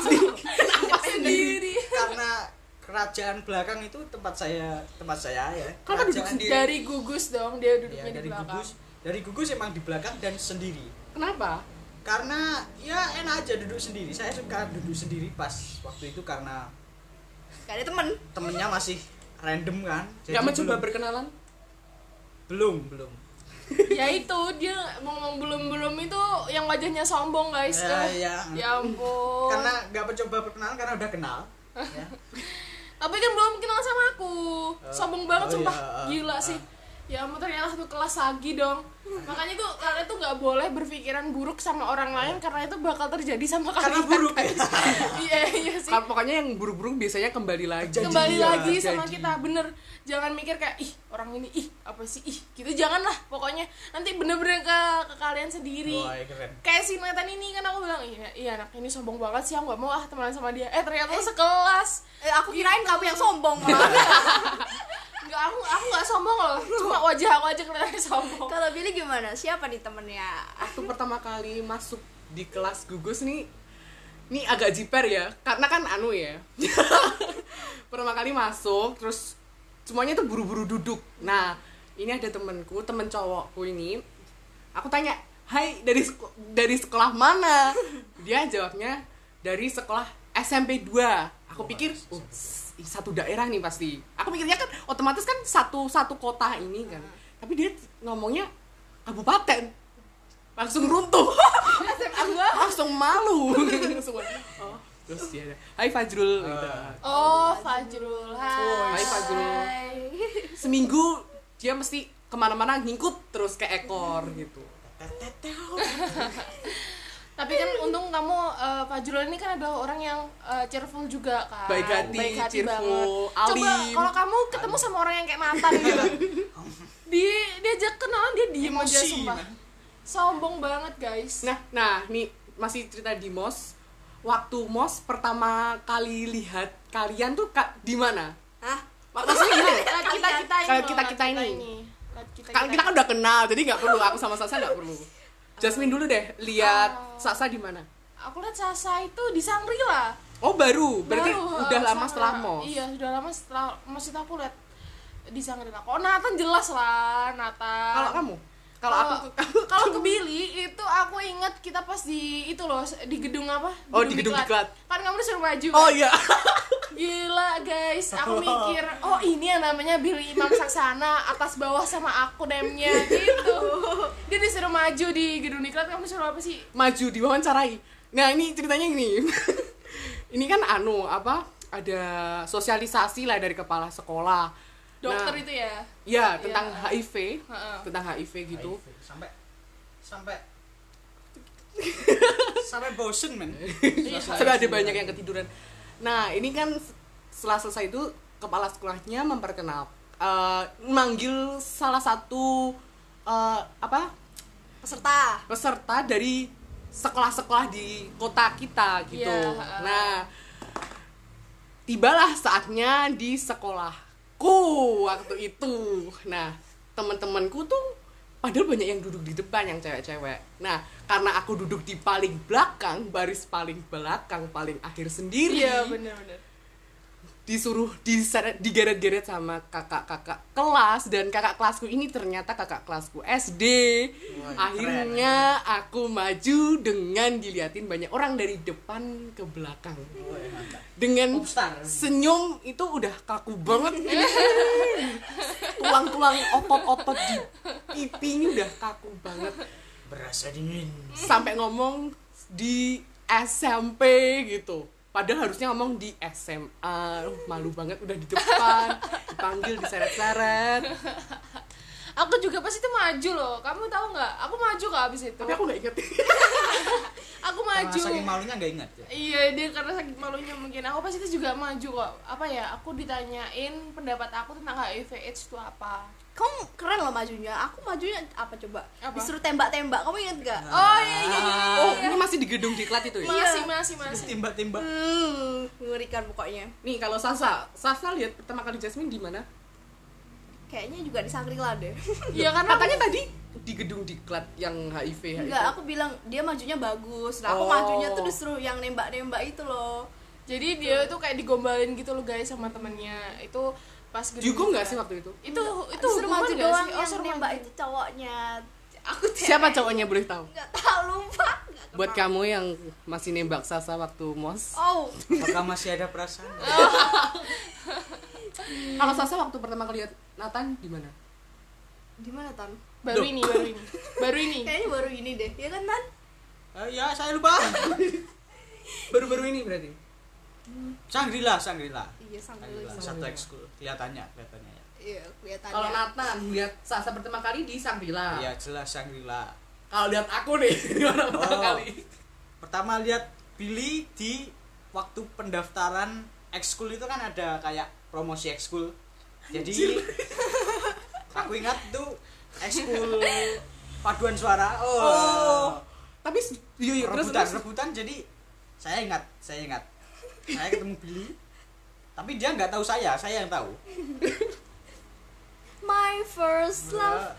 Sendiri. Karena kerajaan belakang itu tempat saya ya. Kakak duduk Kerajaan sendiri? Dari gugus dong, dia duduknya Ya, di dari belakang. gugus. Dari gugus emang di belakang dan sendiri. Kenapa? Karena ya enak aja duduk sendiri. Saya suka duduk sendiri pas waktu itu karena gak ada temen. temennya masih random kan. Gak mencoba berkenalan? belum. Ya itu dia ngomong belum itu yang wajahnya sombong guys. Ya. Ya ampun. Karena nggak mencoba berkenalan karena udah kenal. Ya. Tapi kan belum kenal sama aku. Sombong banget oh sumpah. iya, Gila sih. Ya ampun, ternyata satu kelas lagi dong. Makanya tuh kalian tuh nggak boleh berpikiran buruk sama orang lain karena itu bakal terjadi sama Karena kalian. buruk ya. Iya sih. Kalau pokoknya yang buruk-buruk biasanya kembali lagi. Kembali Iya, lagi sama jadi. kita, bener. Jangan mikir kayak ih orang ini ih apa sih ih gitu, janganlah pokoknya nanti bener-bener ke kalian sendiri. Wah, keren. Kayak si Nathan ini kan aku bilang iya anak ini sombong banget sih, aku gak mau temenan sama dia. Ternyata sekelas. Aku kirain kamu yang sombong malah. Enggak, aku gak sombong loh, cuma wajah aku aja kelihatannya sombong. Kalau Billy gimana? Siapa nih temennya? Waktu pertama kali masuk di kelas gugus nih, ini agak jiper ya, karena kan anu ya. Pertama kali masuk, terus semuanya tuh buru-buru duduk. Nah, ini ada temenku, temen cowokku ini. Aku tanya, hai dari sekolah mana? Dia jawabnya dari sekolah SMP 2. Aku pikir, satu daerah nih pasti. Aku pikirnya kan otomatis kan satu kota ini kan. Tapi dia ngomongnya kabupaten. Langsung runtuh. Langsung malu. Langsung, oh, terus dia ada, hai Fajrul gitu. Oh, Fajrul. Hai Fajrul. Seminggu dia mesti kemana-mana ngikut terus ke ekor gitu. Tapi kan untung kamu Fajrul ini kan adalah orang yang cheerful juga kan. Baik hati, cheerful, banget. Coba alim. kalau kamu ketemu sama orang yang kayak Nathan gitu. Diajak kenalan dia diem aja Emosi, sumpah. man. Sombong banget, guys. Nah, nih masih cerita di MOS. Waktu MOS pertama kali lihat kalian tuh di mana? Hah? Maksudnya gini, Kita ini. Kan kita kan udah kenal, jadi nggak perlu aku sama Sasa nggak perlu. Jasmine dulu deh, lihat Sasa di mana? Aku lihat Sasa itu di Sangrila. Oh baru, berarti Baru, udah lama Sangrila. setelah MOS. Iya, sudah lama setelah MOS itu aku lihat di Sangrila. Kok Nathan jelas lah, Nathan. Kalau kamu? Kalau aku kalau ke Billy itu aku ingat kita pas di itu loh, di gedung apa? Oh, di gedung Diklat. Kan kamu disuruh maju. Oh kan? iya. Gila guys, aku mikir, oh ini yang namanya Billy Imam Saksana, atas bawah sama aku name-nya gitu. Dia disuruh maju di gedung Diklat, kamu disuruh apa sih? Maju diwawancarai. Nah, ini ceritanya gini. Ini kan ada sosialisasi lah dari kepala sekolah. Dokter Nah, itu ya. ya, tentang Iya. HIV. Heeh. Tentang HIV gitu. Sampai bosen men. Sudah ada banyak yang ketiduran. Nah, ini kan setelah selesai itu kepala sekolahnya manggil salah satu peserta dari sekolah-sekolah di kota kita gitu. Iya, Nah, tibalah saatnya di sekolahku waktu itu. Nah, teman-temanku tuh padahal banyak yang duduk di depan yang cewek-cewek. Nah, karena aku duduk di paling belakang, baris paling belakang, paling akhir sendiri. Iya, benar-benar. Disuruh digeret-geret sama kakak-kakak kelas, dan kakak kelasku ini ternyata kakak kelasku SD. Wah, Akhirnya aku maju dengan diliatin banyak orang dari depan ke belakang. Dengan Popstar. senyum itu udah kaku banget. Tulang-tulang otot-otot di pipi ini udah kaku banget. Berasa dingin. Sampai ngomong di SMP gitu. Padahal harusnya ngomong di SMA. Malu banget udah di depan, dipanggil, diseret-seret. Aku juga pas itu maju loh. Kamu tahu nggak? Aku maju kok abis itu. Tapi aku gak inget. Aku Karena maju. saking malunya nggak ingat ya. Iya, dia karena sakit malunya mungkin. Aku pas itu juga maju kok. Apa ya? Aku ditanyain pendapat aku tentang HIV/AIDS itu apa. Kamu keren loh majunya. Aku majunya apa coba? Apa? Disuruh tembak-tembak. Kamu inget gak? Oh iya iya iya. Oh, ini masih di gedung diklat itu ya? Masih. Tembak-tembak. Mengerikan pokoknya. Nih kalau Sasa lihat pertama kali Jasmine di mana? Kayaknya juga di Sangrila deh. Iya karena Katanya tadi di gedung diklat yang HIV. Enggak, aku bilang dia majunya bagus. Nah, aku Oh. majunya tuh disuruh yang nembak-nembak itu loh. jadi dia tuh kayak digombalin gitu loh guys sama temennya. Itu pas gedung Dihukum nggak juga. sih waktu itu? Itu Disuruh hukuman maju nggak doang sih? yang suruh nembak maju. itu cowoknya. Aku Siapa cowoknya boleh tahu? Enggak tahu, lupa. Nggak Buat kenal. kamu yang masih nembak Sasa waktu mos. Oh, Apakah masih ada perasaan? Kalau Sasa waktu pertama kali lihat Nathan di mana? di mana Tan? Baru Loh. ini. Baru ini. Kayaknya baru ini deh. Ya kan Tan? Ya, saya lupa. Baru-baru ini berarti. Sangrila. Iya, Sangrila. Satu ekskul. Kelihatannya ya. Iya, kelihatannya. Kalau Nathan lihat Sasa pertama kali di Sangrila. Iya, jelas Sangrila. Kalau lihat aku nih di mana pertama Oh. kali? Pertama lihat Billy di waktu pendaftaran ekskul itu kan ada kayak promosi ekskul. Jadi aku ingat tuh ekskul paduan suara. Oh. Tapi iya Rebutan. Jadi saya ingat. Saya ketemu Billy. Tapi dia nggak tahu saya yang tahu. My first love.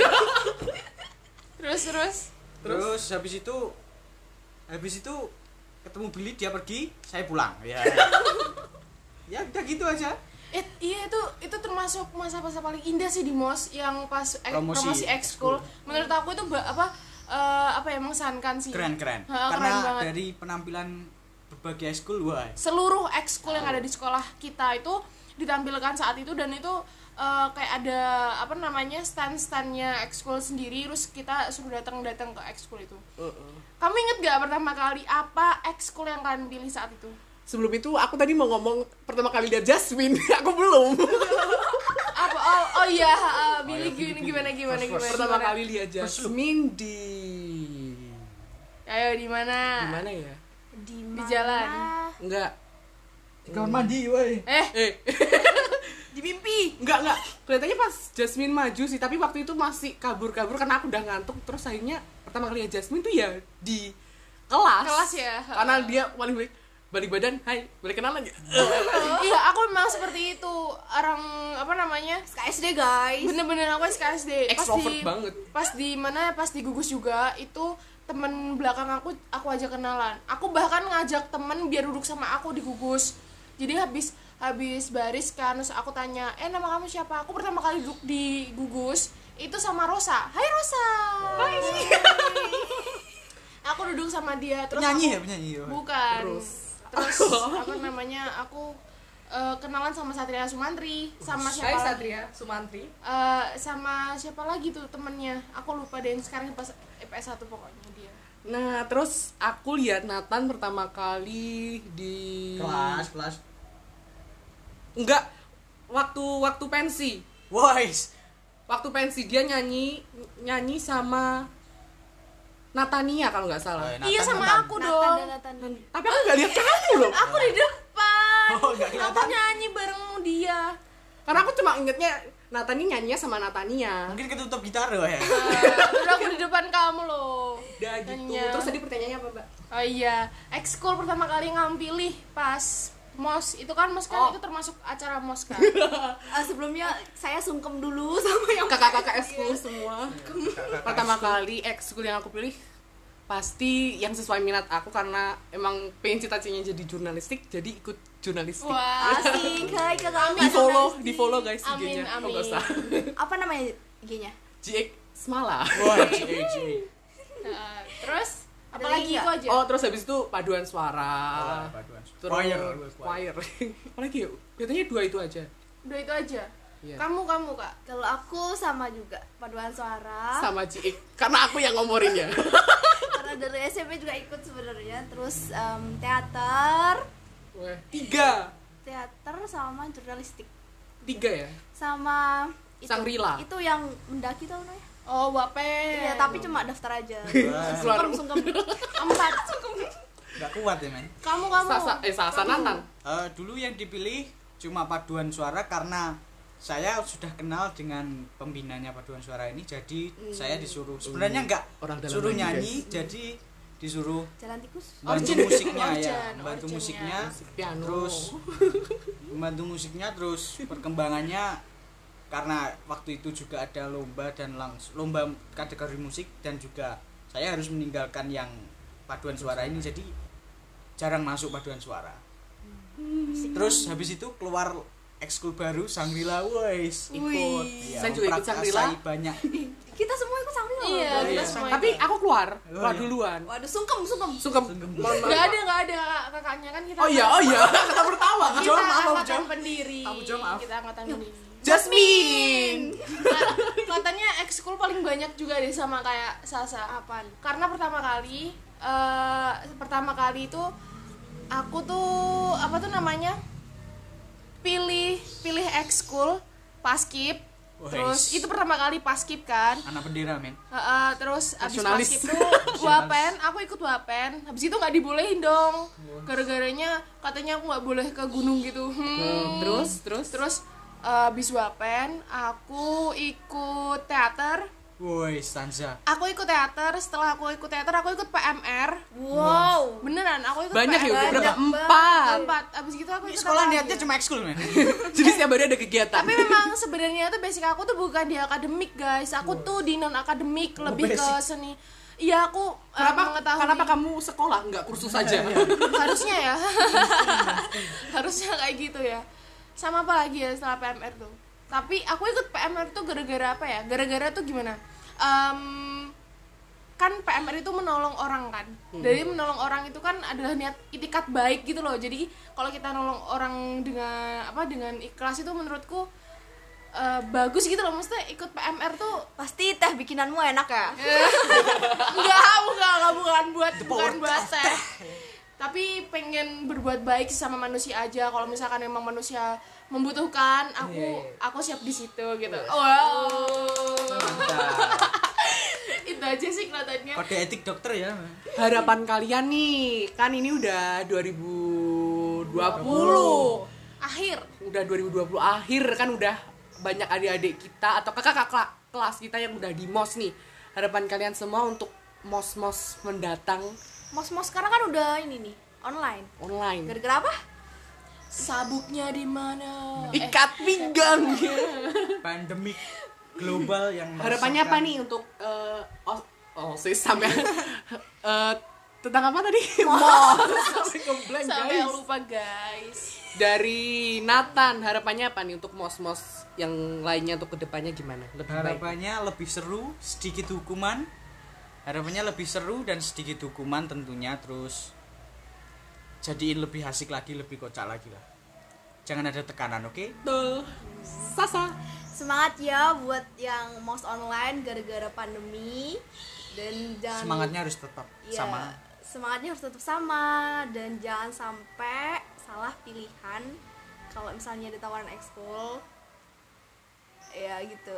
Terus Terus habis itu ketemu Billy, dia pergi, saya pulang. Ya. Ya udah gitu aja. iya itu termasuk masa-masa paling indah sih di MOS yang pas Promosi promosi ekskul. Menurut aku itu apa ya mengesankan sih. Keren. Keren Karena banget. dari penampilan berbagai ekskul, wah. Seluruh ekskul yang ada di sekolah kita itu ditampilkan saat itu, dan itu kayak ada apa namanya stand-standnya ekskul sendiri, terus kita suruh datang ke ekskul itu. Kamu inget gak pertama kali apa ekskul yang kalian pilih saat itu? Sebelum itu aku tadi mau ngomong pertama kali lihat Jasmine, aku belum. Apa? Oh iya, Billy iya, gimana? Pertama kali lihat Jasmine di Ayo di mana? mana ya? Di jalan. Enggak. Di kamar mandi, woi. Di mimpi. Enggak. Kelihatannya pas Jasmine maju sih, tapi waktu itu masih kabur-kabur karena aku udah ngantuk. Terus akhirnya pertama kali lihat Jasmine tuh ya di kelas. Kelas ya. Karena dia paling balik badan, hai, boleh kenalan ya? Iya, aku memang seperti itu. Orang apa namanya? KSD guys. Bener-bener aku SKSD. Extrovert banget. Pas di mana? Pas di gugus juga itu temen belakang aku ajak kenalan. Aku bahkan ngajak temen biar duduk sama aku di gugus. Jadi habis baris kan, terus aku tanya, nama kamu siapa? Aku pertama kali duduk di gugus itu sama Rosa. Hai Rosa. Hai. Aku duduk sama dia, terus Penyanyi aku, ya? bukan. Terus apa namanya? Aku kenalan sama Satria Sumantri, sama Hai siapa? Satria Sumantri. Sama siapa lagi tuh temennya? Aku lupa deh, sekarang pas IPS 1 pokoknya dia. Nah, terus aku lihat Nathan pertama kali di Kelas. Enggak, waktu pensi. Wais. Waktu pensi dia nyanyi sama Natania kalau nggak salah. Iya sama aku Nathan dong. dan Nathan. Tapi aku nggak lihat kamu loh. Aku di depan. Oh, nggak kelihatan. Aku nyanyi bareng dia. Karena aku cuma ingetnya Natani nyanyinya sama Natania. Mungkin ketutup gitar loh ya. Terus aku di depan kamu loh. Udah gitu. Nyanyinya. Terus tadi pertanyaannya apa, Mbak? Oh iya, ekskul pertama kali ngambil pilih pas MOS itu kan itu termasuk acara MOS kan. Sebelumnya saya sungkem dulu sama yang Kakak-kakak ekskul semua. Pertama kali ekskul yang aku pilih pasti yang sesuai minat aku karena emang pengen cita-citanya jadi jurnalistik, jadi ikut jurnalistik. Wah, asik. Hai kakak. Di follow guys Amin, IG-nya. amin. Nggak usah. Apa namanya IG-nya? GX Smala. Wah, GG. Terus Ada apalagi lagi itu aja. Oh, terus habis itu paduan suara. Terus choir. Apalagi ya? Biasanya 2 itu aja. Udah itu aja. Iya. Kamu Kak. Kalau aku sama juga paduan suara. Sama GX karena aku yang ngomorinnya. Karena dari SMP juga ikut sebenarnya. Terus teater, Wah, 3 teater sama jurnalistik. ya? Sama itu, Sangrila. itu yang mendaki tau namanya? Oh, Wapen. Iya, tapi cuma daftar aja. Suara Sungkem. 4. Nggak kuat ya, men. Kamu. Sasa Nanang. Dulu yang dipilih cuma paduan suara karena saya sudah kenal dengan pembinanya paduan suara ini, jadi saya disuruh sebenarnya enggak Orang dalam suruh lagi, nyanyi, jadi disuruh Jalan tikus. bantu Origin. musiknya ya, Origin, bantu originnya. musiknya, Piano. terus membantu musiknya, terus perkembangannya karena waktu itu juga ada lomba dan lomba kategori musik dan juga saya harus meninggalkan yang paduan suara ini, jadi jarang masuk paduan suara. Terus habis itu keluar ekskul baru Sangrila, wis ikut. Wih. Ya, Saya juga ikut Sangrila. memprakarsai banyak. Kita semua ikut Sangrila. Iya, Oh, kita iya. semua Tapi ikut. aku keluar Oh, iya. duluan. Waduh, sungkem. Sungkem. Enggak ada kakaknya kan kita. Oh iya. Kata pertama. Kita Jom, maaf, angkatan Jom. pendiri. Abu Jom, maaf. Kita angkatan pendiri. Jasmine. Katanya ekskul paling banyak juga deh sama kayak Sasa. Apaan? Karena pertama kali itu aku tuh apa tuh namanya? pilih ekskul paskib. Terus Wais. itu pertama kali paskib kan. Anak bendera, men. Terus abis Nasionalis. paskib tuh Wapen, aku ikut Wapen. Habis itu nggak dibolehin dong. Gara-garanya katanya aku nggak boleh ke gunung gitu. Terus abis Wapen aku ikut teater. Woi, stanza. Aku ikut teater. Setelah aku ikut teater, aku ikut PMR. Wow. Beneran, aku ikut Banyak ya, PMR. udah berapa? Banyak 4. Abis gitu aku Ini ikut sekolah apa niatnya lagi? cuma ekskul, men. Jadi setiap hari ada kegiatan. Tapi memang sebenarnya tuh basic aku tuh bukan di akademik guys. Aku tuh di non akademik, lebih ke basic. seni. Iya aku Kenapa kamu sekolah nggak kursus saja? harusnya ya harusnya kayak gitu ya. Sama apa lagi ya setelah PMR tuh, tapi aku ikut PMR tuh gara-gara apa ya, gara-gara tuh gimana, kan PMR itu menolong orang kan. Dari menolong orang itu kan adalah niat itikat baik gitu loh. Jadi kalau kita nolong orang dengan ikhlas itu menurutku bagus gitu loh. Maksudnya ikut PMR tuh Pasti teh bikinanmu enak ya? bukan buat teh. Tapi pengen berbuat baik sama manusia aja. Kalau misalkan memang manusia membutuhkan, aku siap di situ gitu. Wow. Itu aja sih kelihatannya. Kode etik dokter ya. Harapan kalian nih, kan ini udah 2020. Akhir. Udah 2020 akhir kan, udah banyak adik-adik kita atau kakak-kakak kelas kita yang udah di MOS nih. Harapan kalian semua untuk MOS mendatang Mos-mos sekarang kan udah ini nih, online. Gara-gara apa? Sabuknya di mana? Ikat pinggang. Pandemik global yang Harapannya apa nih untuk OSIS sampai tentang apa tadi? MOS. Sampai ngeblank, Sampai guys. lupa guys. Dari Nathan, harapannya apa nih untuk MOS yang lainnya untuk kedepannya gimana? Lebih baik. Harapannya lebih seru, sedikit hukuman. Harapannya lebih seru dan sedikit hukuman tentunya, terus jadiin lebih asik lagi, lebih kocak lagi lah. Jangan ada tekanan, oke? Tuh, Sasa. Semangat ya buat yang mos online gara-gara pandemi, dan jangan Semangatnya harus tetap Iya, sama. semangatnya harus tetap sama, dan jangan sampai salah pilihan kalau misalnya ada tawaran ekskul. Ya gitu.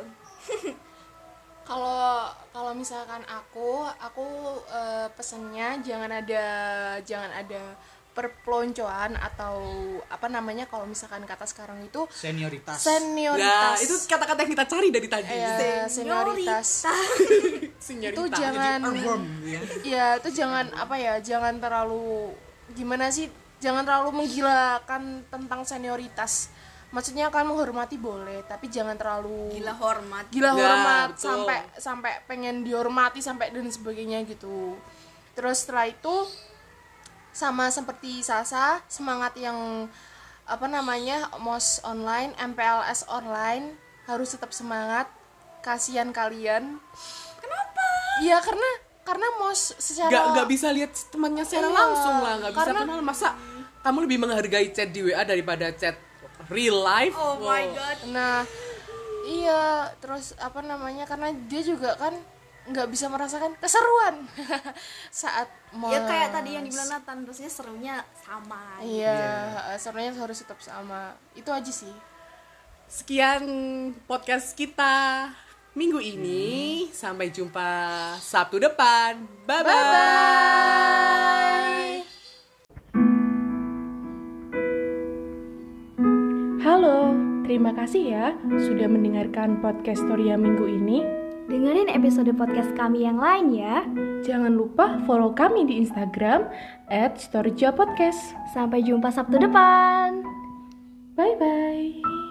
Kalau misalkan aku pesennya jangan ada perpeloncoan atau apa namanya, kalau misalkan kata sekarang itu Senioritas. Nah, itu kata-kata yang kita cari dari tadi. senioritas. Senioritas. Itu jangan Earworm, ya. ya itu jangan apa ya, jangan terlalu gimana sih, jangan terlalu menggilakan tentang senioritas. Maksudnya kan menghormati boleh, tapi jangan terlalu Gila hormat. hormat betul. sampai pengen dihormati sampai dan sebagainya gitu. Terus setelah itu sama seperti Sasa, semangat yang MOS online, MPLS online harus tetap semangat. Kasihan kalian. Kenapa? Iya, karena MOS secara Nggak bisa lihat temannya secara Iya, langsung lah, nggak bisa karena- kenal. Masa kamu lebih menghargai chat di WA daripada chat real life? Oh my god. Nah, iya, terus karena dia juga kan nggak bisa merasakan keseruan saat MOS. Ya kayak tadi yang dibilang Nathan, terusnya serunya sama. Iya, serunya harus tetap sama. Itu aja sih. Sekian podcast kita minggu ini. Sampai jumpa Sabtu depan. Bye-bye. Halo, terima kasih ya sudah mendengarkan podcast Storia minggu ini. Dengerin episode podcast kami yang lain ya. Jangan lupa follow kami di Instagram @storjapodcast. Sampai jumpa Sabtu depan. Bye-bye.